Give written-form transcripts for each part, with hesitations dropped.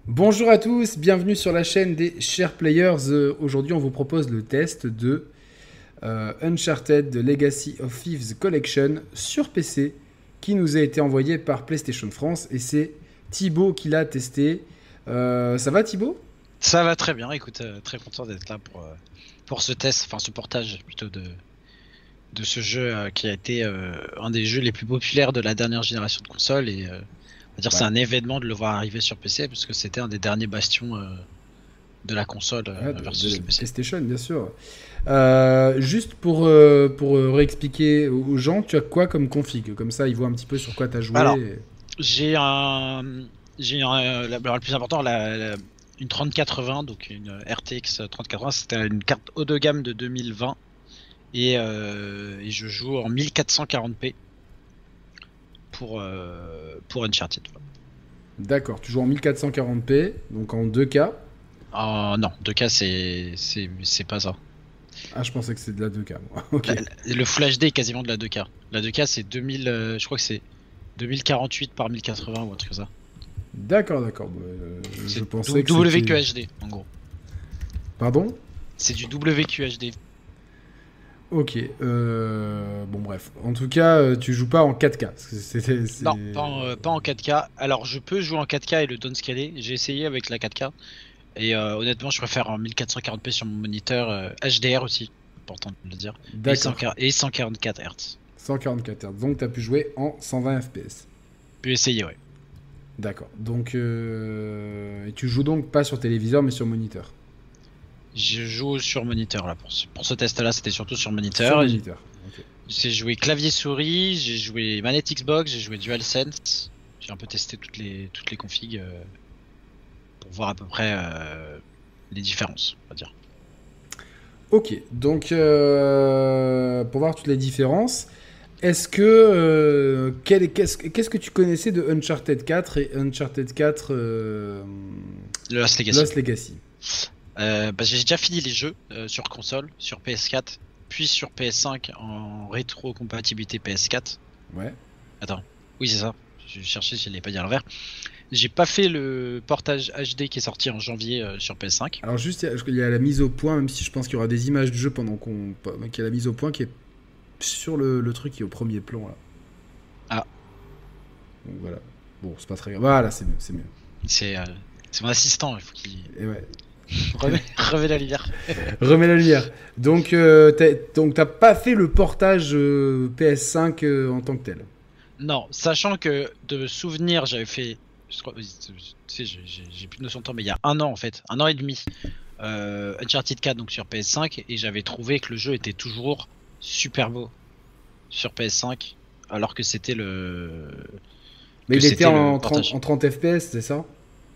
Bonjour à tous, bienvenue sur la chaîne des Chers Players. Aujourd'hui, on vous propose le test de Uncharted Legacy of Thieves Collection sur PC qui nous a été envoyé par PlayStation France et c'est Thibaut qui l'a testé. Ça va Thibaut? Ça va très bien, écoute, très content d'être là pour ce test, enfin ce portage plutôt de ce jeu qui a été un des jeux les plus populaires de la dernière génération de consoles et on va dire Ouais. c'est un événement de le voir arriver sur PC parce que c'était un des derniers bastions de la console Ouais, de versus le PC. PlayStation, bien sûr. Juste pour réexpliquer aux gens, tu as quoi comme config? Comme ça, ils voient un petit peu sur quoi tu as Alors, joué. j'ai un le plus important une 3080 donc une RTX 3080, c'était une carte haut de gamme de 2020 et je joue en 1440p pour Uncharted. D'accord, tu joues en 1440p, donc en 2K. Non, 2K c'est pas ça. Ah, je pensais que c'était de la 2K, moi. Ok. Le Full HD est quasiment de la 2K. La 2K c'est 2000, je crois que c'est 2048 par 1080 ou un truc comme ça. D'accord, d'accord. Je C'est pensais que c'était... WQHD en gros. Pardon? C'est du WQHD. Ok. Bon, bref. En tout cas, tu joues pas en 4K. Non, pas en 4K. Alors je peux jouer en 4K et le downscaler. J'ai essayé avec la 4K. Et honnêtement, je préfère en 1440p sur mon moniteur HDR aussi, important de le dire. D'accord. Et 144 Hz. 144 Hz. Donc, tu as pu jouer en 120 FPS. Pu essayer, ouais. D'accord. Donc, et tu joues donc pas sur téléviseur, mais sur moniteur. Je joue sur moniteur là pour ce test-là, c'était surtout sur Sur moniteur. moniteur. Ok. J'ai joué clavier souris, j'ai joué manette Xbox, j'ai joué DualSense. J'ai un peu testé toutes les configs pour voir à peu près les différences, on va dire. Ok. Donc, pour voir toutes les différences, est-ce que qu'est-ce que tu connaissais de Uncharted 4 et Uncharted 4 Le Lost Legacy. Lost Legacy? J'ai déjà fini les jeux sur console, sur PS4, puis sur PS5 en rétro-compatibilité PS4. Ouais. Attends, oui c'est ça. Je cherchais si je l'ai pas dit à l'envers. J'ai pas fait le portage HD qui est sorti en janvier sur PS5. Alors juste, il y a la mise au point, même si je pense qu'il y aura des images du jeu pendant qu'il y a la mise au point qui est sur le truc qui est au premier plan là. Ah, Donc voilà. Bon, c'est pas très grave. Voilà, c'est mieux, c'est mieux. c'est euh, c'est mon assistant, il faut qu'il Et ouais. remet la lumière. Remets la lumière. Donc t'as pas fait le portage PS5 en tant que tel. Non, sachant que de souvenir, j'avais fait. Tu sais, j'ai plus de notion de temps, mais il y a un an en fait, un an et demi, Uncharted 4 donc sur PS5, et j'avais trouvé que le jeu était toujours super beau sur PS5, alors que c'était Mais il était le en portage. 30 FPS, c'est ça?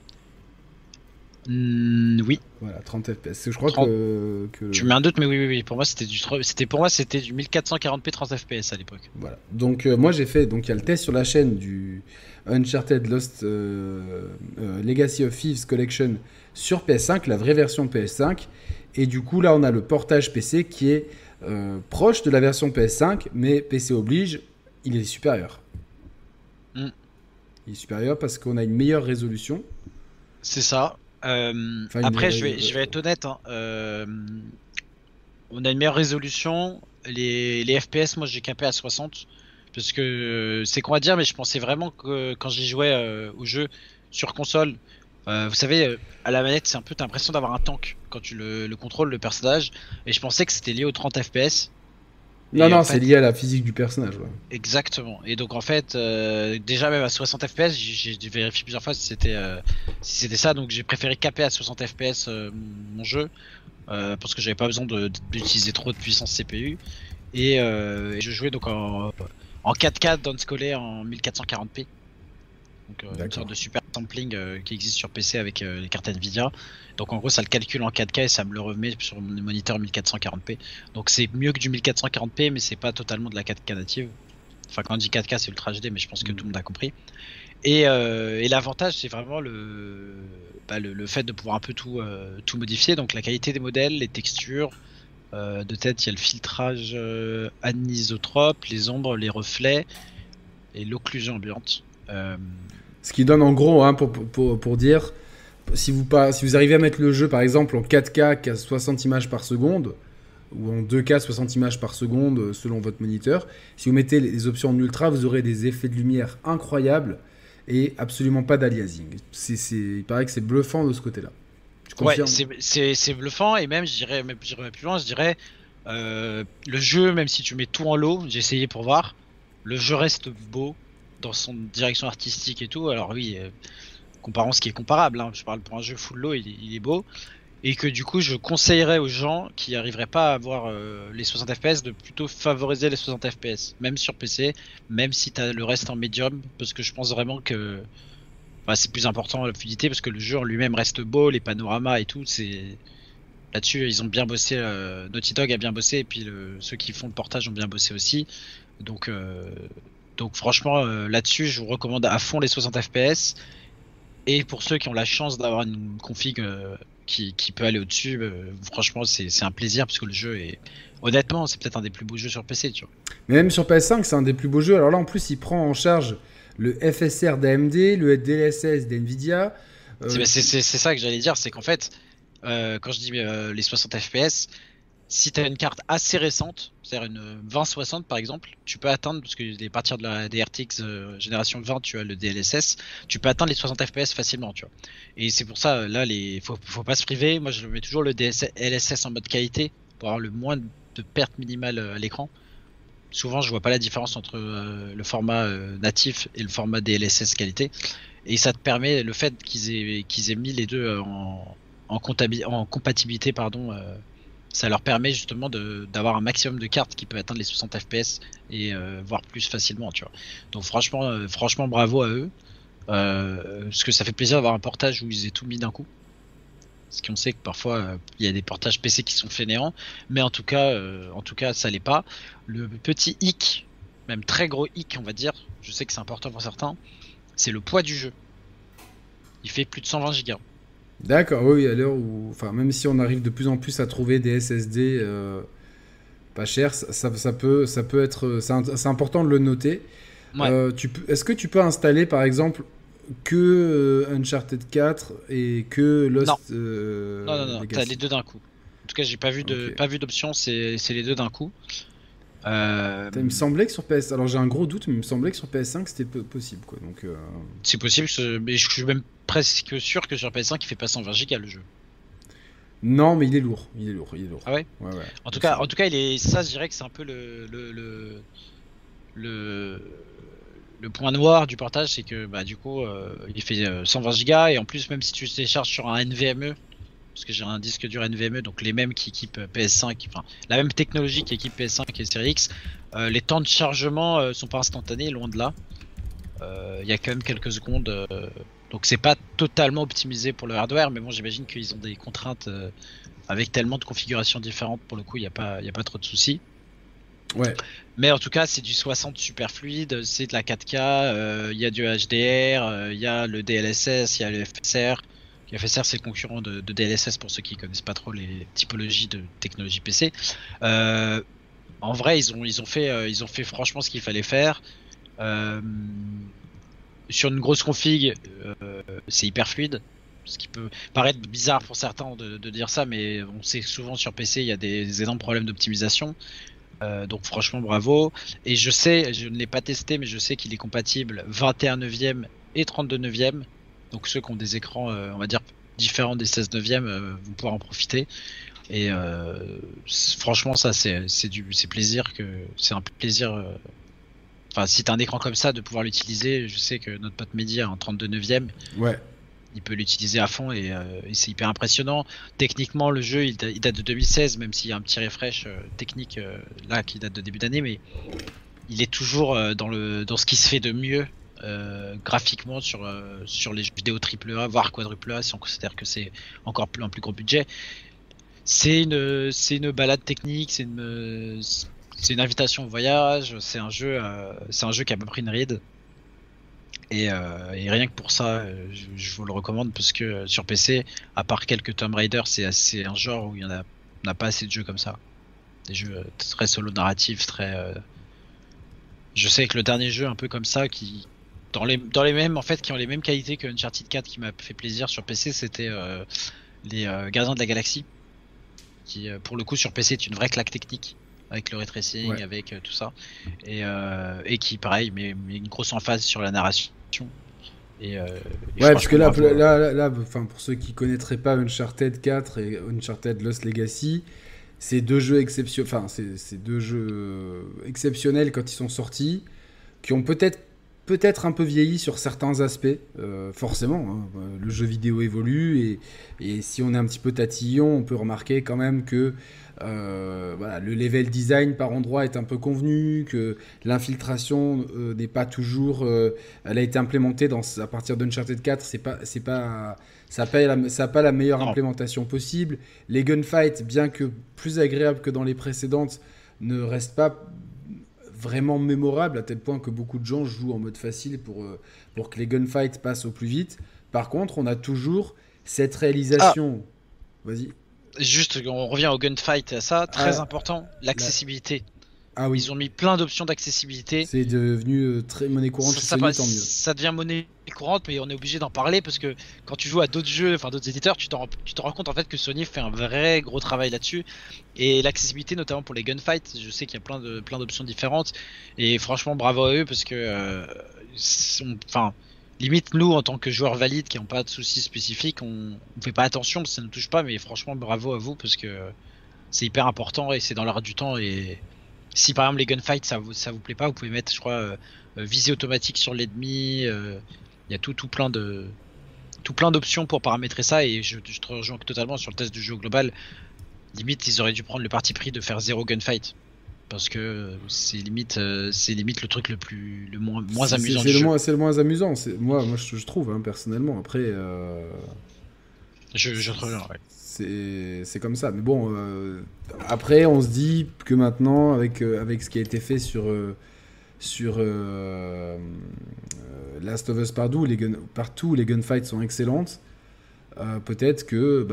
Oui, Voilà, 30 FPS. Je crois 30. que Tu mets un doute, mais oui, pour moi c'était du 1440p 30 FPS à l'époque. voilà. Donc moi j'ai fait, donc il y a le test sur la chaîne du Uncharted Lost Legacy of Thieves Collection sur PS5, la vraie version PS5. Et du coup là on a le portage PC qui est proche de la version PS5, mais PC oblige, il est supérieur. Hmm, Il est supérieur parce qu'on a une meilleure résolution. c'est ça. Enfin Après, je vais être honnête, hein, on a une meilleure résolution. Les FPS, moi j'ai capé à 60. Parce que c'est qu'on va dire, mais je pensais vraiment que quand j'y jouais au jeu sur console, vous savez, à la manette, c'est un peu, t'as l'impression d'avoir un tank quand tu le contrôles, le personnage. Et je pensais que c'était lié aux 30 FPS. non, Et en non, c'est fait, lié à la physique du personnage. Ouais. exactement. Et donc en fait, déjà même à 60 FPS, j'ai vérifié plusieurs fois si c'était ça. Donc j'ai préféré caper à 60 FPS mon jeu parce que j'avais pas besoin d'utiliser trop de puissance CPU. Et je jouais donc en 4K downscalé en 1440p. Donc une sorte D'accord. de super sampling qui existe sur PC avec les cartes Nvidia. Donc en gros ça le calcule en 4K et ça me le remet sur mon moniteur 1440p. Donc c'est mieux que du 1440p mais c'est pas totalement de la 4K native. Enfin quand on dit 4K c'est Ultra HD mais je pense que tout le monde a compris. Et l'avantage c'est vraiment le fait de pouvoir un peu tout modifier. Donc la qualité des modèles, les textures. De tête il y a le filtrage anisotrope, les ombres, les reflets et l'occlusion ambiante. Ce qui donne en gros, hein, pour dire, si vous arrivez à mettre le jeu par exemple en 4K à 60 images par seconde, ou en 2K 60 images par seconde selon votre moniteur, si vous mettez les options en ultra, vous aurez des effets de lumière incroyables et absolument pas d'aliasing. Il paraît que c'est bluffant de ce côté-là. Tu Ouais, confirmes? c'est bluffant et même j'irais plus loin, je dirais le jeu, même si tu mets tout en low, j'ai essayé pour voir, le jeu reste beau dans son direction artistique et tout. Alors oui, comparant ce qui est comparable, hein, je parle pour un jeu full low, il est beau. Et que du coup, je conseillerais aux gens qui arriveraient pas à avoir les 60 FPS de plutôt favoriser les 60 FPS, même sur PC, même si t'as le reste en medium, parce que je pense vraiment que c'est plus important la fluidité, parce que le jeu en lui-même reste beau, les panoramas et tout, c'est là-dessus ils ont bien bossé, Naughty Dog a bien bossé, et puis ceux qui font le portage ont bien bossé aussi. Donc, donc franchement, là-dessus, je vous recommande à fond les 60 FPS. Et pour ceux qui ont la chance d'avoir une config qui peut aller au-dessus, franchement, c'est un plaisir parce que le jeu est. Honnêtement, c'est peut-être un des plus beaux jeux sur PC, tu vois. Mais même sur PS5, c'est un des plus beaux jeux. Alors là, en plus, il prend en charge le FSR d'AMD, le DLSS d'NVIDIA. C'est ça que j'allais dire, c'est qu'en fait, quand je dis les 60 FPS, si tu as une carte assez récente, c'est-à-dire une 2060 par exemple, tu peux atteindre, parce que à partir des RTX génération 20, tu as le DLSS, tu peux atteindre les 60 FPS facilement, tu vois. Et c'est pour ça, là, faut pas se priver. Moi, je mets toujours le DLSS en mode qualité pour avoir le moins de pertes minimales à l'écran. Souvent, je vois pas la différence entre le format natif et le format DLSS qualité. Et ça te permet, le fait qu'ils aient mis les deux en compatibilité, pardon, ça leur permet justement d'avoir un maximum de cartes qui peuvent atteindre les 60 FPS et voire plus facilement, tu vois. Donc franchement bravo à eux, parce que ça fait plaisir d'avoir un portage où ils aient tout mis d'un coup. Parce qu'on sait que parfois il y a des portages PC qui sont fainéants, mais en tout cas ça l'est pas. Le petit hic, même très gros hic on va dire, je sais que c'est important pour certains, c'est le poids du jeu. Il fait plus de 120 Go. D'accord, oui, à l'heure où. Enfin, même si on arrive de plus en plus à trouver des SSD pas chers, ça peut être. C'est important de le noter. Ouais. Est-ce que tu peux installer par exemple que Uncharted 4 et que Non, Lost non, t'as les Legacy? deux d'un coup. En tout cas, j'ai Ok. pas vu d'option, c'est les deux d'un coup. Il me semblait que sur PS. Alors j'ai un gros doute, mais il me semblait que sur PS5 c'était possible quoi. Donc. C'est possible, mais je suis même presque sûr que sur PS5 il fait pas 120 Go le jeu. Non, mais il est lourd. Il est lourd. Il est lourd. Ah ouais? Ouais, ouais. En tout C'est cas, lourd. ça, je dirais que c'est un peu le, le point noir du portage, c'est que bah du coup il fait 120 Go et en plus même si tu télécharges sur un NVMe, parce que j'ai un disque dur NVMe, donc les mêmes qui équipent PS5, enfin la même technologie qui équipe PS5 et Series X, les temps de chargement sont pas instantanés, loin de là. Il y a quand même quelques secondes, donc c'est pas totalement optimisé pour le hardware, mais bon j'imagine qu'ils ont des contraintes avec tellement de configurations différentes, pour le coup il y a pas trop de soucis. Ouais. Mais en tout cas, c'est du 60 super fluide, c'est de la 4K, il y a du HDR, il y a le DLSS, il y a le FSR. Le FSR, c'est le concurrent de DLSS pour ceux qui connaissent pas trop les typologies de technologie PC. Euh, En vrai, ils ont fait franchement ce qu'il fallait faire. Euh, sur une grosse config, c'est hyper fluide. Ce qui peut paraître bizarre pour certains de dire ça, mais on sait que souvent sur PC, il y a des énormes problèmes d'optimisation. Donc franchement bravo. Et je sais, je ne l'ai pas testé, mais je sais qu'il est compatible 21 neuvième et 32 neuvième. Donc ceux qui ont des écrans, on va dire, différents des 16 neuvième vont pouvoir en profiter. Et franchement ça c'est plaisir que c'est un plaisir. Enfin si t'as un écran comme ça de pouvoir l'utiliser, je sais que notre pote Mehdi a un 32 neuvième, Ouais. il peut l'utiliser à fond et c'est hyper impressionnant. Techniquement, le jeu il date de 2016, même s'il y a un petit refresh technique là qui date de début d'année, mais il est toujours dans ce qui se fait de mieux graphiquement sur les jeux vidéo AAA, voire quadruple A si on considère que c'est encore un plus gros budget. C'est une balade technique, c'est une invitation au voyage, c'est un jeu qui a pas pris une ride. Et rien que pour ça, je vous le recommande parce que sur PC, à part quelques Tomb Raider, c'est un genre où on n'a pas assez de jeux comme ça. Des jeux très solo narratifs, très. Je sais que le dernier jeu un peu comme ça Dans les mêmes, en fait, qui ont les mêmes qualités que Uncharted 4 qui m'a fait plaisir sur PC, c'était les Gardiens de la Galaxie, qui pour le coup sur PC est une vraie claque technique, avec le ray tracing, avec tout ça, et qui pareil, mais une grosse emphase sur la narration. Et parce que là, pour ceux qui connaîtraient pas Uncharted 4 et Uncharted Lost Legacy, c'est deux jeux exceptionnels quand ils sont sortis, qui ont peut-être un peu vieilli sur certains aspects, forcément. Hein. Le jeu vidéo évolue et si on est un petit peu tatillon, on peut remarquer quand même que le level design par endroit est un peu convenu, que l'infiltration n'est pas toujours... elle a été implémentée à partir d'Uncharted 4, ça n'a pas la meilleure implémentation possible. Les gunfights, bien que plus agréables que dans les précédentes, ne restent pas vraiment mémorable à tel point que beaucoup de gens jouent en mode facile pour que les gunfights passent au plus vite. Par contre, on a toujours cette réalisation. Vas-y. Juste, on revient au gunfight, ça, très important, l'accessibilité. Ah oui. Ils ont mis plein d'options d'accessibilité. C'est devenu très monnaie courante chez Sony, tant mieux. Ça devient monnaie courante, mais on est obligé d'en parler parce que quand tu joues à d'autres jeux, enfin d'autres éditeurs, tu te rends compte en fait que Sony fait un vrai gros travail là-dessus. Et l'accessibilité, notamment pour les gunfights, je sais qu'il y a plein d'options différentes. Et franchement, bravo à eux parce que, limite nous en tant que joueurs valides qui n'ont pas de soucis spécifiques, on fait pas attention, ça ne touche pas. Mais franchement, bravo à vous parce que c'est hyper important et c'est dans l'air du temps. Et si par exemple les gunfights ça vous plaît pas, vous pouvez mettre, je crois, visée automatique sur l'ennemi. Il y a tout plein d'options pour paramétrer ça, et je te rejoins totalement sur le test du jeu au global. Limite, ils auraient dû prendre le parti pris de faire 0 gunfight parce que c'est limite le truc le moins amusant. C'est le moins amusant. Moi je trouve, hein, personnellement. Après, je te rejoins. Ouais. C'est comme ça. Mais bon, après, on se dit que maintenant, avec ce qui a été fait sur Last of Us partout, les gunfights sont excellentes. Peut-être que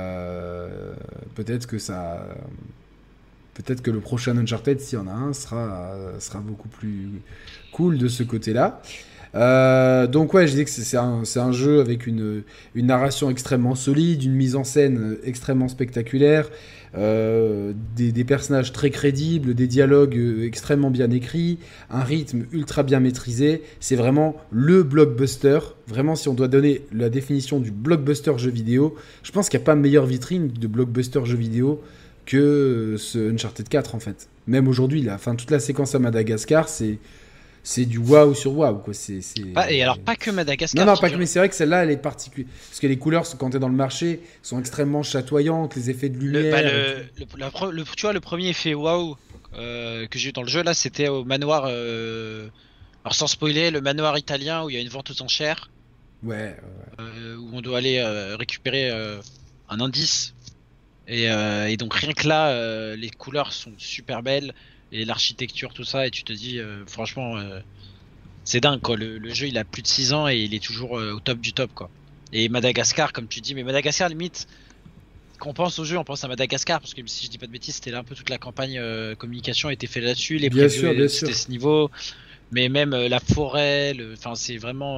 le prochain Uncharted, s'il y en a un, sera beaucoup plus cool de ce côté-là. Donc ouais, je dis que c'est un jeu avec une narration extrêmement solide, une mise en scène extrêmement spectaculaire, des personnages très crédibles, des dialogues extrêmement bien écrits, un rythme ultra bien maîtrisé. C'est vraiment le blockbuster. Vraiment, si on doit donner la définition du blockbuster jeu vidéo, je pense qu'il n'y a pas meilleure vitrine de blockbuster jeu vidéo que ce Uncharted 4 en fait. Même aujourd'hui, toute la séquence à Madagascar, c'est du waouh sur waouh, quoi. Et alors pas que Madagascar. Non, pas que, mais c'est vrai que celle-là, elle est particulière. Parce que les couleurs, quand t'es dans le marché, sont extrêmement chatoyantes, les effets de lumière. Tu vois, le premier effet waouh que j'ai eu dans le jeu, là, c'était au manoir. Alors sans spoiler, le manoir italien où il y a une vente aux enchères. Ouais. Où on doit aller récupérer un indice. Et donc rien que là, les couleurs sont super belles. Et l'architecture, tout ça, et tu te dis, franchement, c'est dingue, quoi. Le jeu, il a plus de 6 ans et il est toujours au top du top, quoi. Et Madagascar, comme tu dis, mais Madagascar, limite, quand on pense au jeu, on pense à Madagascar, parce que si je dis pas de bêtises, c'était là un peu toute la campagne communication était faite là-dessus, les previews, c'était ce niveau, mais même la forêt, c'est vraiment...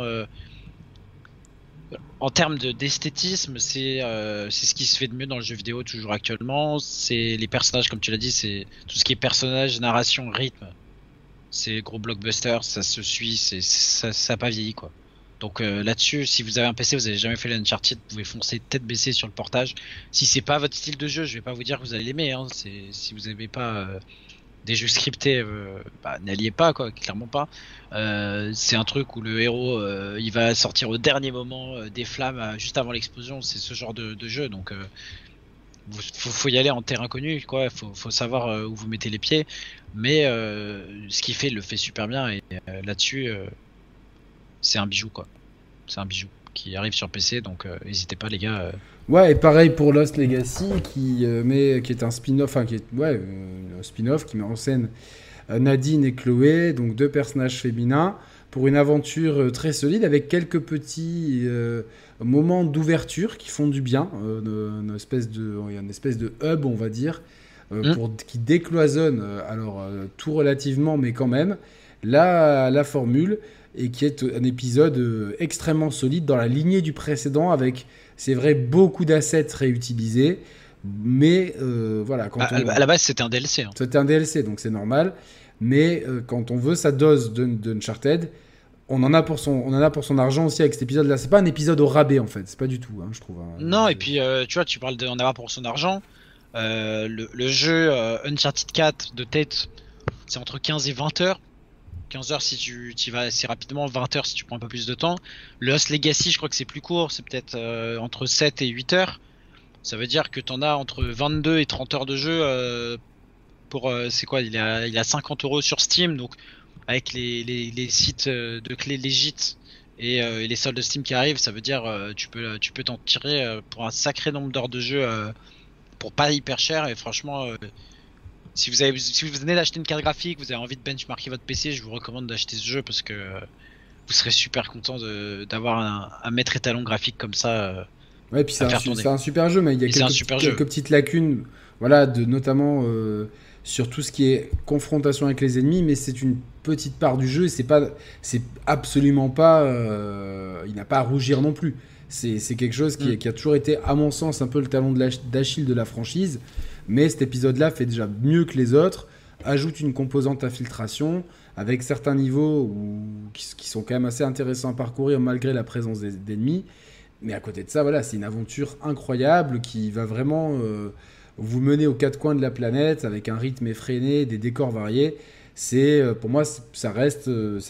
en termes d'esthétisme, c'est ce qui se fait de mieux dans le jeu vidéo toujours actuellement. C'est les personnages, comme tu l'as dit, c'est tout ce qui est personnage, narration, rythme. C'est gros blockbuster, ça se suit, ça a pas vieilli, quoi. Donc là-dessus, si vous avez un PC, vous avez jamais fait l'Uncharted, vous pouvez foncer tête baissée sur le portage. Si c'est pas votre style de jeu, je vais pas vous dire que vous allez l'aimer. Hein. Si vous aimez pas des jeux scriptés, n'alliez pas, quoi, clairement pas. C'est un truc où le héros il va sortir au dernier moment des flammes juste avant l'explosion. C'est ce genre de jeu, donc faut y aller en terrain connu, quoi. Faut savoir où vous mettez les pieds. Mais ce qu'il fait, il le fait super bien, et là-dessus, c'est un bijou, quoi. C'est un bijou qui arrive sur PC, donc n'hésitez pas, les gars. Ouais, et pareil pour Lost Legacy, qui est un spin-off, un spin-off qui met en scène Nadine et Chloé, donc 2 personnages féminins, pour une aventure très solide, avec quelques petits moments d'ouverture qui font du bien, une espèce de hub, on va dire, qui décloisonne, tout relativement, mais quand même, la formule, et qui est un épisode extrêmement solide dans la lignée du précédent, avec, c'est vrai, beaucoup d'assets réutilisés, mais voilà. À la base, c'était un DLC. Hein. C'était un DLC, donc c'est normal, mais quand on veut sa dose d'Uncharted, on en a pour son argent aussi avec cet épisode-là. C'est pas un épisode au rabais, en fait, c'est pas du tout, hein, je trouve. Hein. Non, et puis, tu vois, tu parles d'en avoir pour son argent. Le jeu Uncharted 4 de tête, c'est entre 15 et 20 heures. 15 heures si tu y vas assez rapidement, 20 heures si tu prends un peu plus de temps. Le Lost Legacy, je crois que c'est plus court, c'est peut-être entre 7 et 8 heures. Ça veut dire que t'en as entre 22 et 30 heures de jeu pour c'est quoi, il a 50 € sur Steam, donc avec les sites de clés légit et les soldes de Steam qui arrivent, ça veut dire tu peux t'en tirer pour un sacré nombre d'heures de jeu pour pas hyper cher. Et franchement, si vous venez d'acheter une carte graphique, vous avez envie de benchmarker votre PC, je vous recommande d'acheter ce jeu parce que vous serez super content d'avoir un maître étalon graphique comme ça. Ouais, puis c'est un super jeu, mais il y a quelques petites lacunes, voilà, notamment sur tout ce qui est confrontation avec les ennemis, mais c'est une petite part du jeu et c'est absolument pas, il n'a pas à rougir non plus. C'est quelque chose qui a toujours été, à mon sens, un peu le talon d'Achille de la franchise, mais cet épisode-là fait déjà mieux que les autres, ajoute une composante infiltration avec certains niveaux qui sont quand même assez intéressants à parcourir malgré la présence d'ennemis. Mais à côté de ça, voilà, c'est une aventure incroyable qui va vraiment vous mener aux quatre coins de la planète avec un rythme effréné, des décors variés. Pour moi, ça reste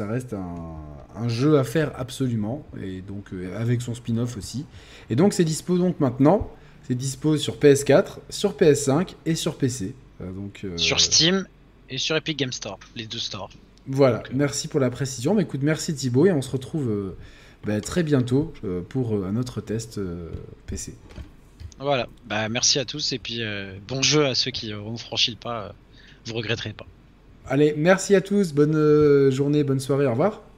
un jeu à faire absolument, et donc avec son spin-off aussi. Et donc c'est dispo donc maintenant. C'est dispo sur PS4, sur PS5 et sur PC. Sur Steam et sur Epic Game Store, les deux stores. Voilà, merci pour la précision. Mais écoute, merci Thibaut, et on se retrouve très bientôt pour un autre test PC. Voilà, merci à tous, et puis bon jeu à ceux qui auront franchi le pas, vous regretterez pas. Allez, merci à tous, bonne journée, bonne soirée, au revoir.